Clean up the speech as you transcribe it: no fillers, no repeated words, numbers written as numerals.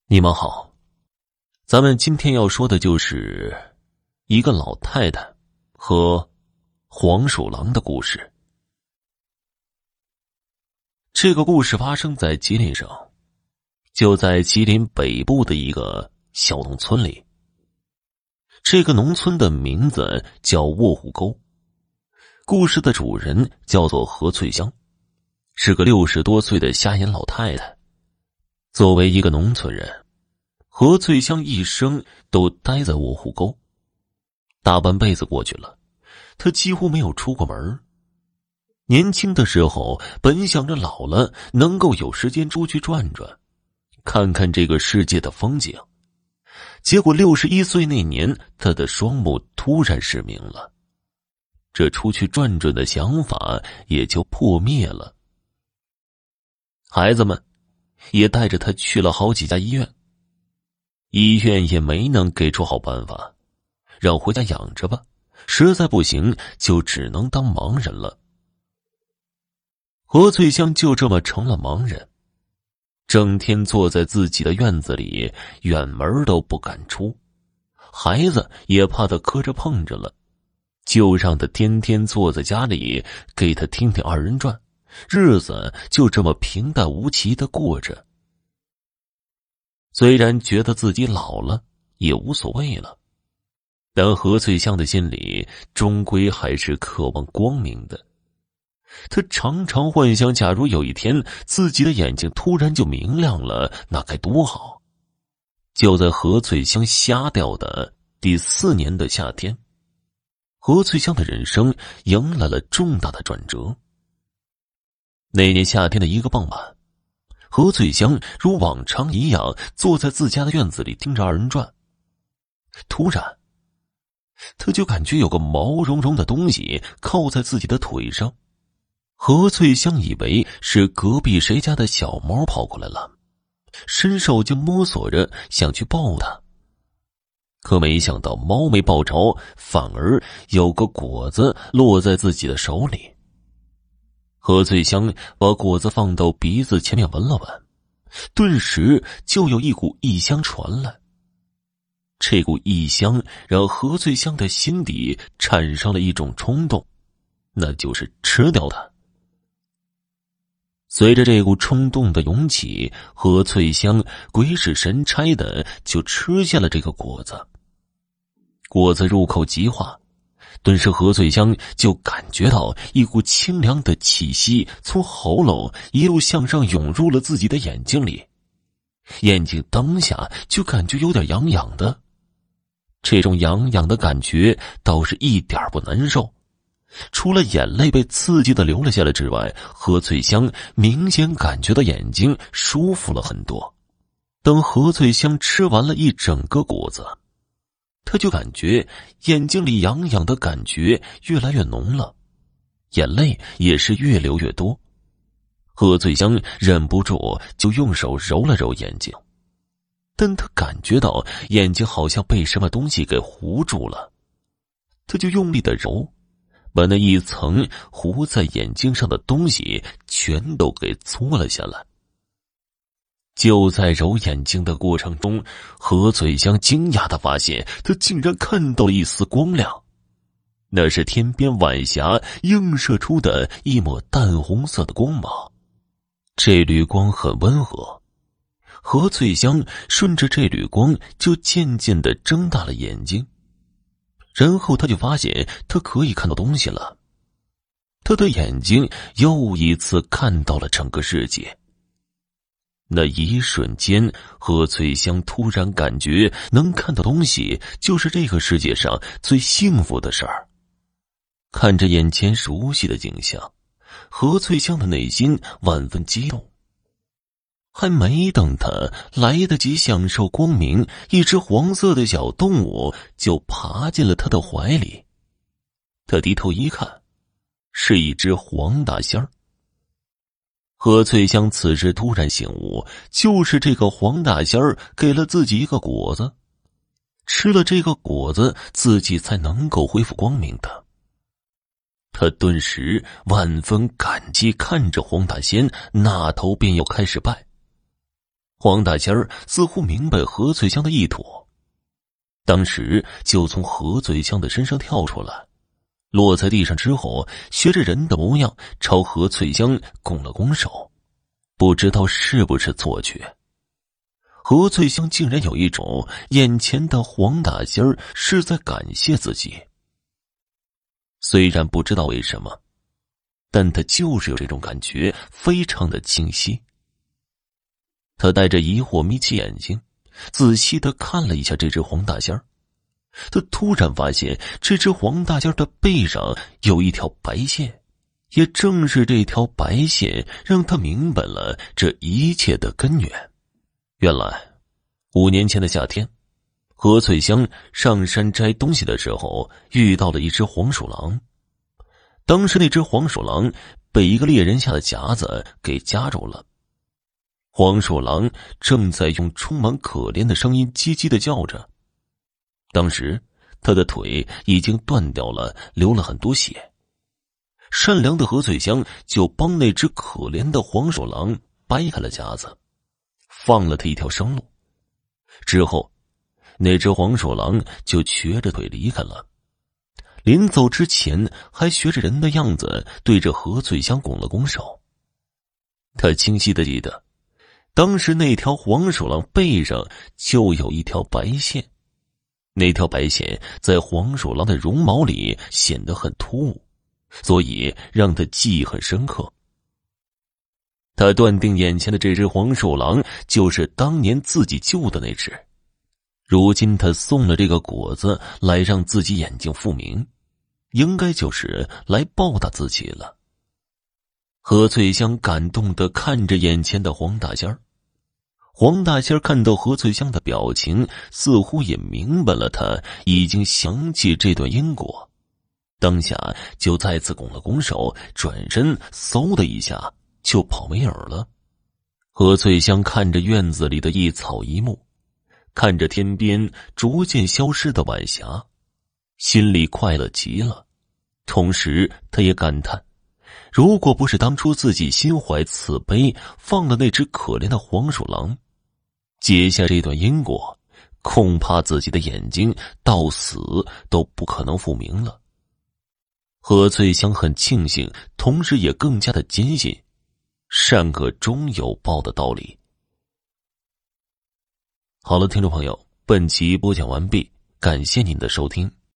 你们好，咱们今天要说的就是一个老太太和黄鼠狼的故事。这个故事发生在吉林省，就在吉林北部的一个小农村里。这个农村的名字叫卧虎沟，故事的主人叫做何翠香，是个60多岁的瞎眼老太太。作为一个农村人，何翠香一生都待在卧虎沟，大半辈子过去了，她几乎没有出过门。年轻的时候本想着老了能够有时间出去转转，看看这个世界的风景，结果61岁那年，她的双目突然失明了，这出去转转的想法也就破灭了。孩子们也带着她去了好几家医院，医院也没能给出好办法，让回家养着吧，实在不行就只能当盲人了。何翠香就这么成了盲人，整天坐在自己的院子里，远门都不敢出，孩子也怕他磕着碰着了，就让他天天坐在家里给他听听二人转，日子就这么平淡无奇地过着。虽然觉得自己老了也无所谓了，但何翠香的心里终归还是渴望光明的。她常常幻想，假如有一天自己的眼睛突然就明亮了，那该多好。就在何翠香瞎掉的第4年的夏天，何翠香的人生迎来了重大的转折。那年夏天的一个傍晚，何翠香如往常一样坐在自家的院子里听着二人转，突然她就感觉有个毛茸茸的东西靠在自己的腿上。何翠香以为是隔壁谁家的小猫跑过来了，伸手就摸索着想去抱它，可没想到猫没抱着，反而有个果子落在自己的手里。何翠香把果子放到鼻子前面闻了闻，顿时就有一股异香传来。这股异香让何翠香的心底产生了一种冲动，那就是吃掉它。随着这股冲动的涌起，何翠香鬼使神差的就吃下了这个果子。果子入口即化，顿时何翠香就感觉到一股清凉的气息从喉咙一路向上涌入了自己的眼睛里，眼睛当下就感觉有点痒痒的。这种痒痒的感觉倒是一点不难受，除了眼泪被刺激的流了下来之外，何翠香明显感觉到眼睛舒服了很多。等何翠香吃完了一整个果子，她就感觉眼睛里痒痒的感觉越来越浓了，眼泪也是越流越多。何翠香忍不住就用手揉了揉眼睛，但她感觉到眼睛好像被什么东西给糊住了，她就用力的揉，把那一层糊在眼睛上的东西全都给搓了下来。就在揉眼睛的过程中，何翠香惊讶地发现，她竟然看到了一丝光亮，那是天边晚霞映射出的一抹淡红色的光芒。这缕光很温和，何翠香顺着这缕光就渐渐地睁大了眼睛，然后他就发现他可以看到东西了。他的眼睛又一次看到了整个世界。那一瞬间，何翠香突然感觉能看到东西就是这个世界上最幸福的事儿。看着眼前熟悉的景象，何翠香的内心万分激动。还没等他来得及享受光明，一只黄色的小动物就爬进了他的怀里。他低头一看，是一只黄大仙儿。何翠香此时突然醒悟，就是这个黄大仙儿给了自己一个果子，吃了这个果子，自己才能够恢复光明的。他顿时万分感激，看着黄大仙，那头便要开始拜。 黄大仙儿似乎明白何翠香的意图，当时就从何翠香的身上跳出来，落在地上之后，学着人的模样朝何翠香拱了拱手，不知道是不是错觉，何翠香竟然有一种眼前的黄大仙儿是在感谢自己。虽然不知道为什么，但他就是有这种感觉，非常的清晰。他带着疑惑眯起眼睛，仔细地看了一下这只黄大仙儿。他突然发现这只黄大仙的背上有一条白线，也正是这条白线让他明白了这一切的根源。原来5年前的夏天，何翠香上山摘东西的时候遇到了一只黄鼠狼。当时那只黄鼠狼被一个猎人下的夹子给夹住了，黄鼠狼正在用充满可怜的声音叽叽地叫着。当时他的腿已经断掉了，流了很多血。善良的何翠香就帮那只可怜的黄鼠狼掰开了夹子，放了他一条生路。之后那只黄鼠狼就瘸着腿离开了，临走之前还学着人的样子对着何翠香拱了拱手。他清晰地记得，当时那条黄鼠狼背上就有一条白线，那条白线在黄鼠狼的绒毛里显得很突兀，所以让他记忆很深刻。他断定眼前的这只黄鼠狼就是当年自己救的那只，如今他送了这个果子来让自己眼睛复明，应该就是来报答自己了。何翠香感动地看着眼前的黄大仙儿。黄大仙儿看到何翠香的表情，似乎也明白了他已经想起这段因果，当下就再次拱了拱手，转身嗖的一下就跑没影了。何翠香看着院子里的一草一木，看着天边逐渐消失的晚霞，心里快乐极了。同时他也感叹，如果不是当初自己心怀慈悲，放了那只可怜的黄鼠狼，接下这段因果，恐怕自己的眼睛到死都不可能复明了。何翠香很庆幸，同时也更加的坚信善恶终有报的道理。好了，听众朋友，本集播讲完毕，感谢您的收听。